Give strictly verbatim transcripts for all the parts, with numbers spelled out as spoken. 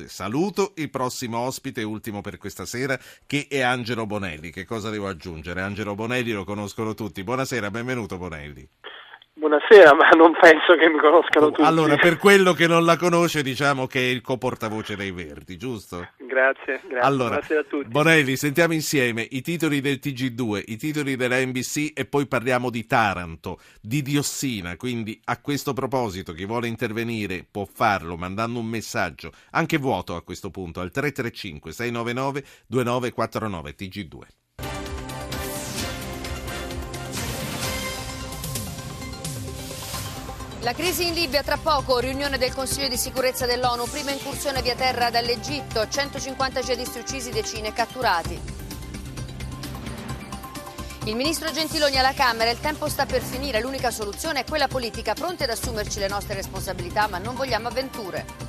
Saluto il prossimo ospite, ultimo per questa sera, che è Angelo Bonelli. Che cosa devo aggiungere? Angelo Bonelli lo conoscono tutti. Buonasera, benvenuto Bonelli. Buonasera, ma non penso che mi conoscano tutti. Allora, per quello che non la conosce, diciamo che è il co-portavoce dei Verdi, giusto? Grazie, grazie. Allora, Buonasera a tutti. Bonelli, sentiamo insieme i titoli del T G due, i titoli della N B C e poi parliamo di Taranto, di diossina. Quindi a questo proposito chi vuole intervenire può farlo mandando un messaggio, anche vuoto a questo punto, al tre tre cinque sei nove nove due nove quattro nove T G due. La crisi in Libia tra poco, riunione del Consiglio di sicurezza dell'ONU, prima incursione via terra dall'Egitto, centocinquanta jihadisti uccisi, decine catturati. Il ministro Gentiloni alla Camera, il tempo sta per finire, l'unica soluzione è quella politica, pronti ad assumerci le nostre responsabilità, ma non vogliamo avventure.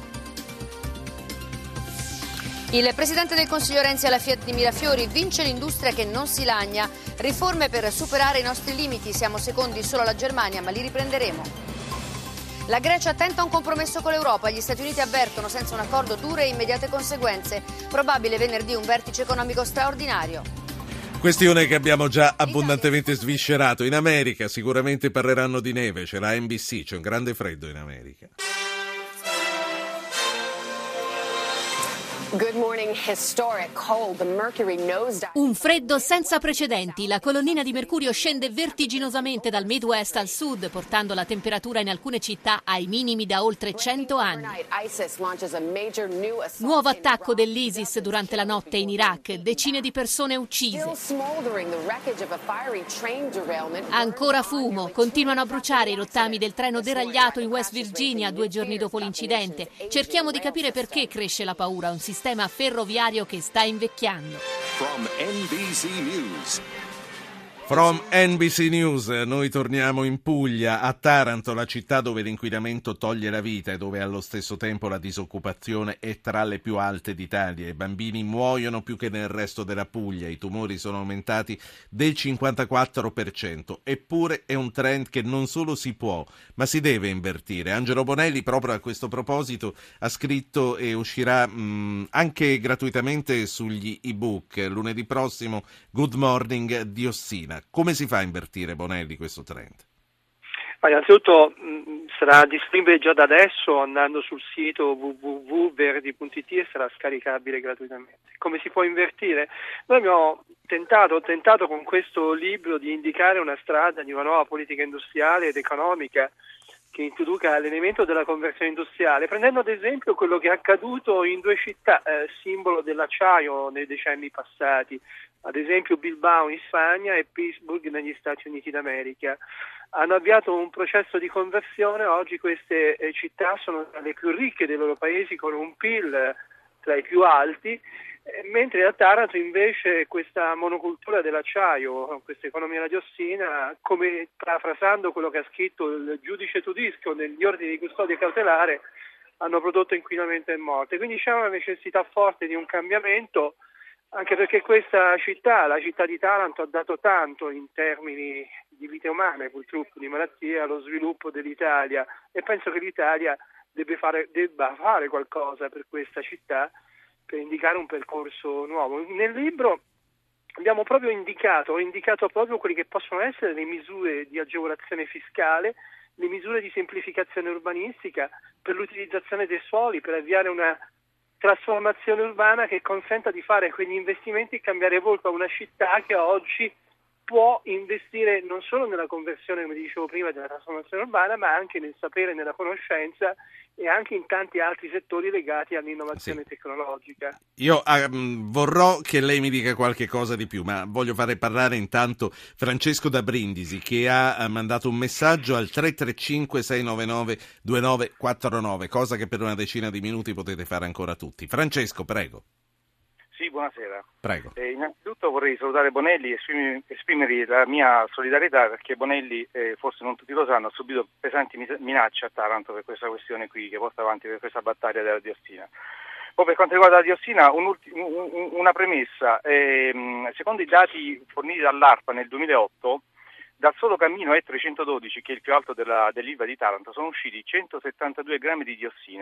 Il presidente del Consiglio Renzi alla Fiat di Mirafiori, vince l'industria che non si lagna, riforme per superare i nostri limiti, siamo secondi solo alla Germania, ma li riprenderemo. La Grecia tenta un compromesso con l'Europa, gli Stati Uniti avvertono senza un accordo dure e immediate conseguenze. Probabile venerdì un vertice economico straordinario. Questione che abbiamo già abbondantemente sviscerato. In America sicuramente parleranno di neve, c'è la N B C, c'è un grande freddo in America. Good morning. Historic cold. The mercury nosedive. Un freddo senza precedenti. La colonnina di mercurio scende vertiginosamente dal Midwest al sud, portando la temperatura in alcune città ai minimi da oltre cento anni. Nuovo attacco dell'ISIS durante la notte in Iraq, decine di persone uccise. Ancora fumo, continuano a bruciare i rottami del treno deragliato in West Virginia due giorni dopo l'incidente. Cerchiamo di capire perché cresce la paura, un sistema ferroviario che sta invecchiando. From N B C News. From N B C News, noi torniamo in Puglia, a Taranto, la città dove l'inquinamento toglie la vita e dove allo stesso tempo la disoccupazione è tra le più alte d'Italia. I bambini muoiono più che nel resto della Puglia, i tumori sono aumentati del cinquantaquattro per cento, eppure è un trend che non solo si può, ma si deve invertire. Angelo Bonelli, proprio a questo proposito, ha scritto e uscirà mh, anche gratuitamente sugli ebook lunedì prossimo, Good Morning Diossina. Come si fa a invertire, Bonelli, questo trend? Ma innanzitutto mh, sarà disponibile già da adesso andando sul sito w w w punto verdi punto i t e sarà scaricabile gratuitamente. Come si può invertire? Noi abbiamo tentato, ho tentato con questo libro di indicare una strada di una nuova politica industriale ed economica che introduca l'elemento della conversione industriale, prendendo ad esempio quello che è accaduto in due città, eh, simbolo dell'acciaio nei decenni passati, ad esempio Bilbao in Spagna e Pittsburgh negli Stati Uniti d'America. Hanno avviato un processo di conversione, oggi queste eh, città sono tra le più ricche dei loro paesi con un P I L tra i più alti, eh, mentre a Taranto invece questa monocultura dell'acciaio, questa economia della diossina, come parafrasando quello che ha scritto il giudice Tudisco negli ordini di custodia cautelare, hanno prodotto inquinamento e morte. Quindi c'è una necessità forte di un cambiamento, anche perché questa città, la città di Taranto, ha dato tanto in termini di vite umane, purtroppo di malattie, allo sviluppo dell'Italia, e penso che l'Italia debba fare, debba fare qualcosa per questa città, per indicare un percorso nuovo. Nel libro abbiamo proprio indicato, ho indicato proprio quelle che possono essere le misure di agevolazione fiscale, le misure di semplificazione urbanistica per l'utilizzazione dei suoli, per avviare una trasformazione urbana che consenta di fare quegli investimenti e cambiare volto a una città che oggi può investire non solo nella conversione, come dicevo prima, della trasformazione urbana, ma anche nel sapere, nella conoscenza e anche in tanti altri settori legati all'innovazione sì. tecnologica. Io um, vorrò che lei mi dica qualche cosa di più, ma voglio fare parlare intanto Francesco da Brindisi, che ha mandato un messaggio al tre tre cinque sei nove nove due nove quattro nove, cosa che per una decina di minuti potete fare ancora tutti. Francesco, prego. Sì, buonasera. Prego. Eh, innanzitutto vorrei salutare Bonelli e esprimere, esprimere la mia solidarietà, perché Bonelli, eh, forse non tutti lo sanno, ha subito pesanti minacce a Taranto per questa questione qui che porta avanti per questa battaglia della diossina. Poi per quanto riguarda la diossina, un un, una premessa. Eh, secondo i dati forniti dall'ARPA nel duemilaotto, dal solo cammino E trecentododici, che è il più alto della, dell'Ilva di Taranto, sono usciti centosettantadue grammi di diossina,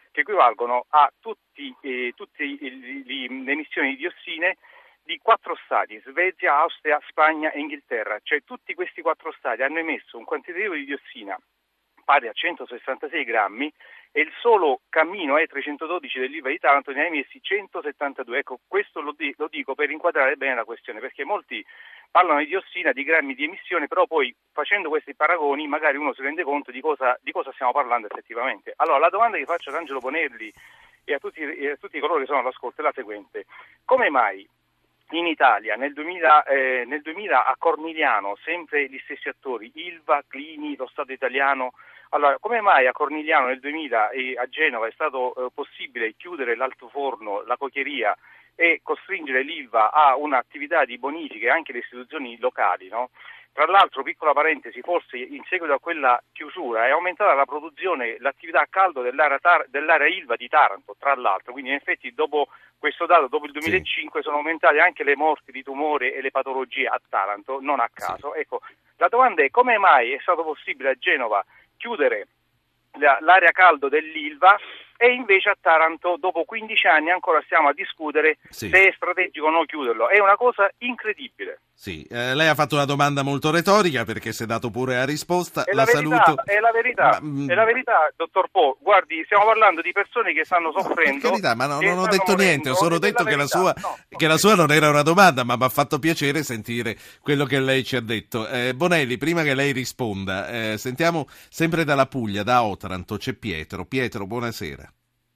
che equivalgono a tutti, eh, tutte le emissioni di diossine di quattro stati, Svezia, Austria, Spagna e Inghilterra. Cioè tutti questi quattro stati hanno emesso un quantitativo di diossina pari a centosessantasei grammi e il solo cammino E trecentododici dell'Ilva di Taranto ne ha emessi centosettantadue. Ecco, questo lo, di, lo dico per inquadrare bene la questione, perché molti parlano di diossina, di grammi di emissione, però poi facendo questi paragoni magari uno si rende conto di cosa, di cosa stiamo parlando effettivamente. Allora, la domanda che faccio ad Angelo Bonelli e a tutti, e a tutti coloro che sono all'ascolto è la seguente: come mai in Italia nel duemila, eh, nel duemila a Cornigliano sempre gli stessi attori, Ilva, Clini, lo Stato italiano? Allora, come mai a Cornigliano nel duemila e a Genova è stato eh, possibile chiudere l'altoforno, la cochieria e costringere l'Ilva a un'attività di bonifica e anche le istituzioni locali, no? Tra l'altro, piccola parentesi, forse in seguito a quella chiusura è aumentata la produzione, l'attività a caldo dell'area, tar- dell'area Ilva di Taranto, tra l'altro, quindi in effetti dopo questo dato, dopo il duemilacinque, sì, sono aumentate anche le morti di tumore e le patologie a Taranto, non a caso. Sì. Ecco, la domanda è: come mai è stato possibile a Genova chiudere la, l'area caldo dell'Ilva e invece a Taranto dopo quindici anni ancora stiamo a discutere, sì, se è strategico o no chiuderlo? È una cosa incredibile. Sì, eh, lei ha fatto una domanda molto retorica perché si è dato pure la risposta. È la, la verità, saluto. È la verità, ma, è la verità, dottor Po. Guardi, stiamo parlando di persone che stanno soffrendo. Per carità, ma no, non ho stanno detto morendo, niente, ho solo detto la che, la sua, no, che la sua non era una domanda, ma mi ha fatto piacere sentire quello che lei ci ha detto. Eh, Bonelli, prima che lei risponda, eh, sentiamo sempre dalla Puglia, da Otranto, c'è Pietro. Pietro, buonasera.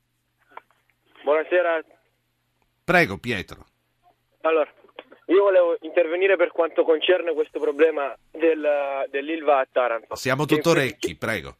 Buonasera. Prego, Pietro. Allora, io volevo intervenire per quanto concerne questo problema del, dell'Ilva a Taranto. Siamo tutto orecchi, prego.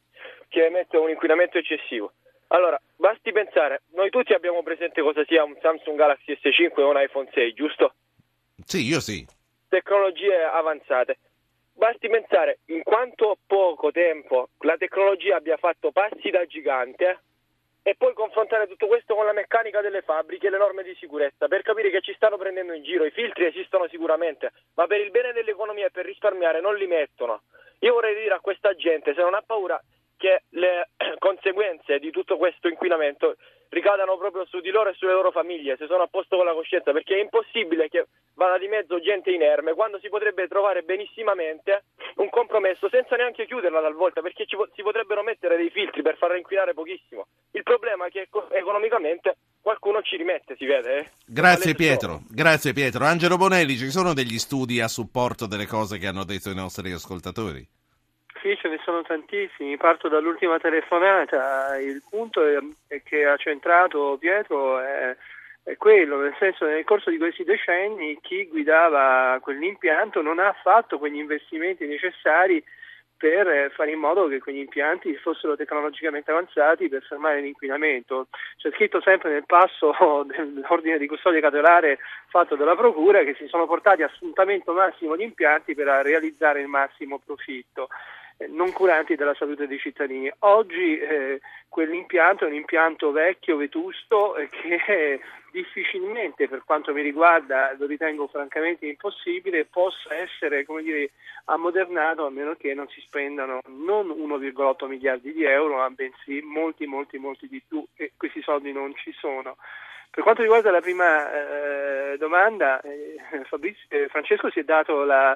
Che emette un inquinamento eccessivo. Allora, basti pensare, noi tutti abbiamo presente cosa sia un Samsung Galaxy S cinque o un iPhone sei, giusto? Sì, io sì. Tecnologie avanzate. Basti pensare in quanto poco tempo la tecnologia abbia fatto passi da gigante e poi confrontare tutto questo con la meccanica delle fabbriche e le norme di sicurezza per capire che ci stanno prendendo in giro. I filtri esistono sicuramente, ma per il bene dell'economia e per risparmiare non li mettono. Io vorrei dire a questa gente, se non ha paura che le conseguenze di tutto questo inquinamento ricadano proprio su di loro e sulle loro famiglie, se sono a posto con la coscienza, perché è impossibile che vada di mezzo gente inerme quando si potrebbe trovare benissimamente un compromesso senza neanche chiuderla talvolta, perché ci, si potrebbero mettere dei filtri per farla inquinare pochissimo. Il problema è che economicamente qualcuno ci rimette, si vede. Eh? Grazie Pietro, grazie Pietro. Angelo Bonelli, ci sono degli studi a supporto delle cose che hanno detto i nostri ascoltatori? Sì, ce ne sono tantissimi. Parto dall'ultima telefonata. Il punto è, è che ha centrato Pietro è, è quello, nel senso, nel corso di questi decenni chi guidava quell'impianto non ha fatto quegli investimenti necessari per fare in modo che quegli impianti fossero tecnologicamente avanzati per fermare l'inquinamento. C'è scritto sempre nel passo dell'ordine di custodia cautelare fatto dalla Procura che si sono portati a sfruttamento massimo di impianti per realizzare il massimo profitto, non curanti della salute dei cittadini. Oggi eh, quell'impianto è un impianto vecchio, vetusto, eh, che difficilmente, per quanto mi riguarda, lo ritengo francamente impossibile, possa essere, come dire, ammodernato, a meno che non si spendano non uno virgola otto miliardi di euro, ma bensì molti, molti, molti di più, e questi soldi non ci sono. Per quanto riguarda la prima eh, domanda, eh, Fabrizio, eh, Francesco si è dato la,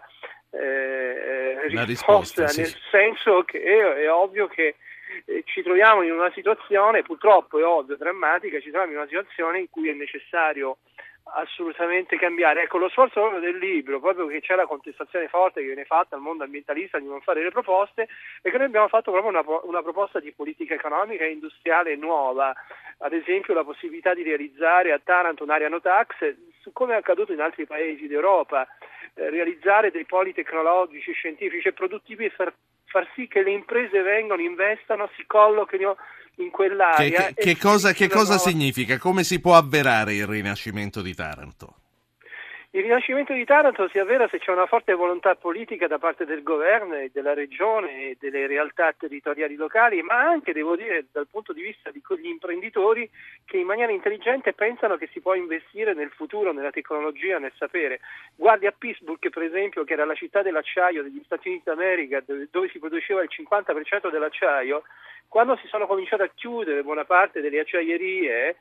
eh, la risposta, risposta, nel sì. senso che è, è ovvio che eh, ci troviamo in una situazione, purtroppo è ovvio, drammatica, ci troviamo in una situazione in cui è necessario assolutamente cambiare. Ecco, lo sforzo proprio del libro, proprio che c'è la contestazione forte che viene fatta al mondo ambientalista di non fare le proposte, e che noi abbiamo fatto proprio una, una proposta di politica economica e industriale nuova, ad esempio la possibilità di realizzare a Taranto un'area no tax, su come è accaduto in altri paesi d'Europa, eh, realizzare dei poli tecnologici, scientifici e produttivi e far, far sì che le imprese vengano, investano, si collochino in quell'area. Che, che, che cosa, che cosa significa? Come si può avverare il rinascimento di Taranto? Il Il rinascimento di Taranto si avvera se c'è una forte volontà politica da parte del governo e della regione e delle realtà territoriali locali, ma anche, devo dire, dal punto di vista di quegli imprenditori che in maniera intelligente pensano che si può investire nel futuro, nella tecnologia, nel sapere. Guardi a Pittsburgh, per esempio, che era la città dell'acciaio degli Stati Uniti d'America, dove, dove si produceva il cinquanta per cento dell'acciaio. Quando si sono cominciate a chiudere buona parte delle acciaierie,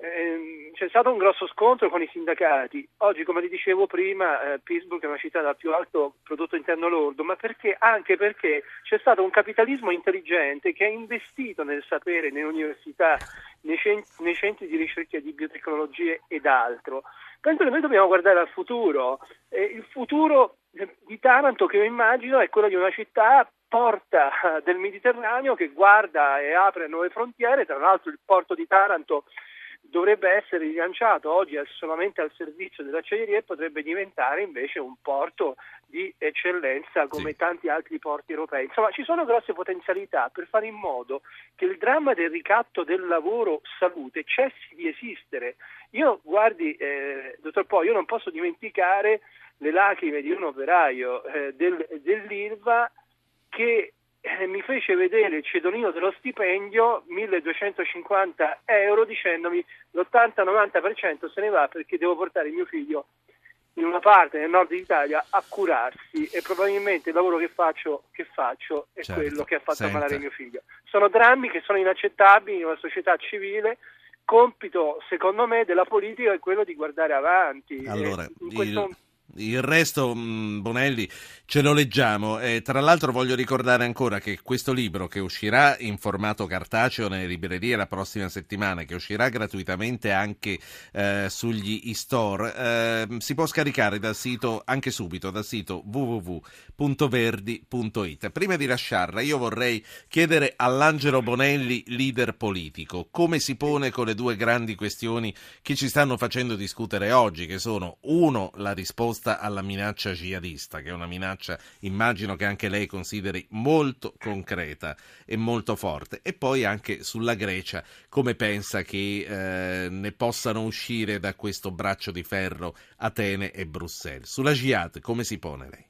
Eh, c'è stato un grosso scontro con i sindacati. Oggi, come vi dicevo prima, eh, Pittsburgh è una città dal più alto prodotto interno lordo, ma perché? Anche perché c'è stato un capitalismo intelligente che ha investito nel sapere, nelle università, nei, cent- nei centri di ricerca di biotecnologie ed altro. Penso che noi dobbiamo guardare al futuro. Eh, il futuro di Taranto, che io immagino, è quello di una città porta del Mediterraneo che guarda e apre nuove frontiere. Tra l'altro il porto di Taranto dovrebbe essere rilanciato, oggi è solamente al servizio dell'acciaieria e potrebbe diventare invece un porto di eccellenza come sì. tanti altri porti europei. Insomma, ci sono grosse potenzialità per fare in modo che il dramma del ricatto del lavoro salute cessi di esistere. Io, guardi, eh, dottor Po, io non posso dimenticare le lacrime di un operaio eh, del, dell'Ilva che Eh, mi fece vedere il cedolino dello stipendio, milleduecentocinquanta euro, dicendomi l'ottanta novanta per cento se ne va perché devo portare mio figlio in una parte nel nord d'Italia a curarsi e probabilmente il lavoro che faccio, che faccio è certo. quello che ha fatto Senta. ammalare mio figlio. Sono drammi che sono inaccettabili in una società civile. Compito, secondo me, della politica è quello di guardare avanti. Allora, in questo... il... Il resto, Bonelli, ce lo leggiamo. E tra l'altro voglio ricordare ancora che questo libro, che uscirà in formato cartaceo nelle librerie la prossima settimana, che uscirà gratuitamente anche eh, sugli e-store, eh, si può scaricare dal sito, anche subito, dal sito w w w punto verdi punto i t. Prima di lasciarla, io vorrei chiedere all'Angelo Bonelli, leader politico, come si pone con le due grandi questioni che ci stanno facendo discutere oggi, che sono, uno, la risposta alla minaccia jihadista, che è una minaccia, immagino che anche lei consideri molto concreta e molto forte, e poi anche sulla Grecia, come pensa che eh, ne possano uscire da questo braccio di ferro Atene e Bruxelles. Sulla jihad come si pone lei?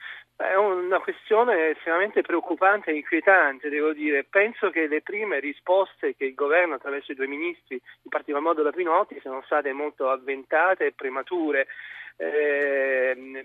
È una questione estremamente preoccupante e inquietante, devo dire. Penso che le prime risposte che il governo, attraverso i due ministri, in particolar modo la Pinotti, siano state molto avventate e premature. Eh,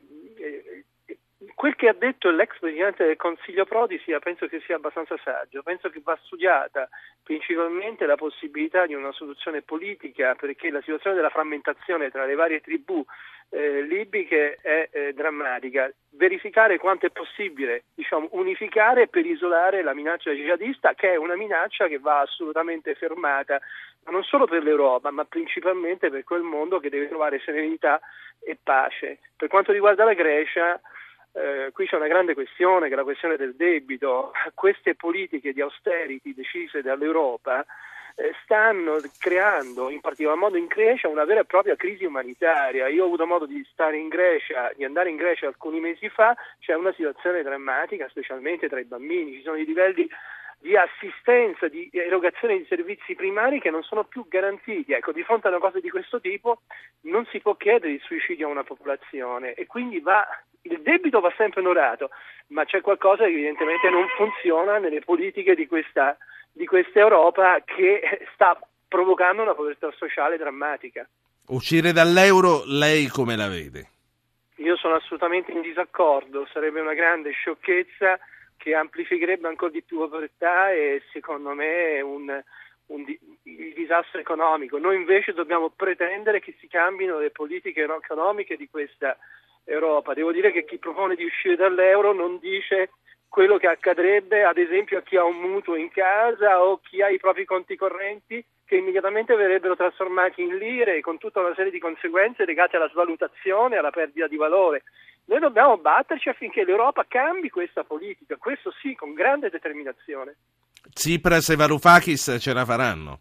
quel che ha detto l'ex presidente del Consiglio Prodi sia, penso che sia abbastanza saggio. Penso che va studiata principalmente la possibilità di una soluzione politica, perché la situazione della frammentazione tra le varie tribù eh, libiche è eh, drammatica. Verificare quanto è possibile, diciamo, unificare per isolare la minaccia jihadista, che è una minaccia che va assolutamente fermata, ma non solo per l'Europa, ma principalmente per quel mondo che deve trovare serenità e pace. Per quanto riguarda la Grecia, eh, qui c'è una grande questione, che è la questione del debito. Queste politiche di austerity decise dall'Europa eh, stanno creando, in particolar modo in Grecia, una vera e propria crisi umanitaria. Io ho avuto modo di stare in Grecia, di andare in Grecia alcuni mesi fa. C'è una situazione drammatica, specialmente tra i bambini. Ci sono i livelli di assistenza, di erogazione di servizi primari che non sono più garantiti. Ecco, di fronte a una cosa di questo tipo non si può chiedere il suicidio a una popolazione, e quindi va, il debito va sempre onorato, ma c'è qualcosa che evidentemente non funziona nelle politiche di questa, di questa Europa, che sta provocando una povertà sociale drammatica. Uscire dall'euro, lei come la vede? Io sono assolutamente in disaccordo, sarebbe una grande sciocchezza che amplificherebbe ancora di più la povertà e secondo me un, un di, il disastro economico. Noi invece dobbiamo pretendere che si cambino le politiche economiche di questa Europa. Devo dire che chi propone di uscire dall'euro non dice quello che accadrebbe ad esempio a chi ha un mutuo in casa o chi ha i propri conti correnti, che immediatamente verrebbero trasformati in lire, con tutta una serie di conseguenze legate alla svalutazione, alla perdita di valore. Noi dobbiamo batterci affinché l'Europa cambi questa politica, questo sì, con grande determinazione. Tsipras e Varoufakis ce la faranno?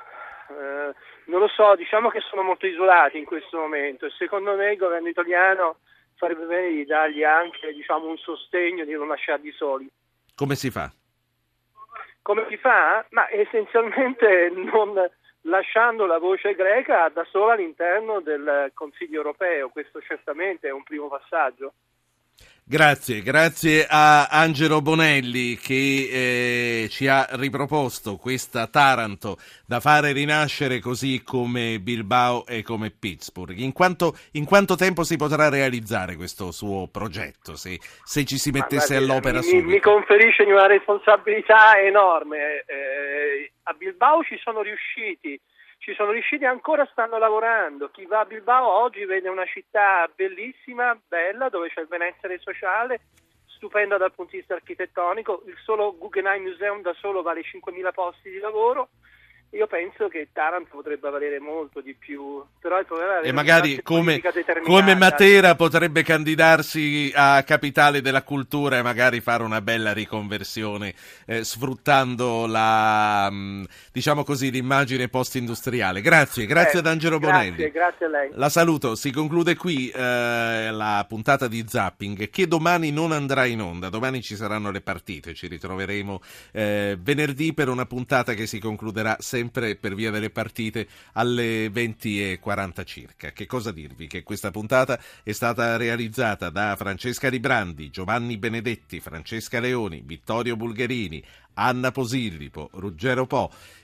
Eh, non lo so, diciamo che sono molto isolati in questo momento e secondo me il governo italiano farebbe bene di dargli anche, diciamo, un sostegno, di non lasciarli soli. Come si fa? Come si fa? Ma essenzialmente non, lasciando la voce greca da sola all'interno del Consiglio europeo. Questo certamente è un primo passaggio. Grazie, grazie a Angelo Bonelli che eh, ci ha riproposto questa Taranto da fare rinascere così come Bilbao e come Pittsburgh. In quanto, in quanto tempo si potrà realizzare questo suo progetto, se, se ci si mettesse guardi, all'opera mi, subito? Mi conferisce una responsabilità enorme. Eh, a Bilbao ci sono riusciti. Ci sono riusciti, ancora stanno lavorando. Chi va a Bilbao oggi vede una città bellissima, bella, dove c'è il benessere sociale, stupenda dal punto di vista architettonico. Il solo Guggenheim Museum da solo vale cinquemila posti di lavoro. Io penso che Taranto potrebbe valere molto di più, però il problema è e magari come, determinata. come Matera potrebbe candidarsi a capitale della cultura e magari fare una bella riconversione eh, sfruttando la mh, diciamo così l'immagine post-industriale. Grazie, grazie eh, ad Angelo Bonelli. Grazie, grazie a lei. La saluto, si conclude qui eh, la puntata di Zapping che domani non andrà in onda, domani ci saranno le partite, ci ritroveremo eh, venerdì per una puntata che si concluderà sempre per via delle partite alle venti e quaranta circa. Che cosa dirvi? Che questa puntata è stata realizzata da Francesca Librandi, Giovanni Benedetti, Francesca Leoni, Vittorio Bulgherini, Anna Posillipo, Ruggero Po.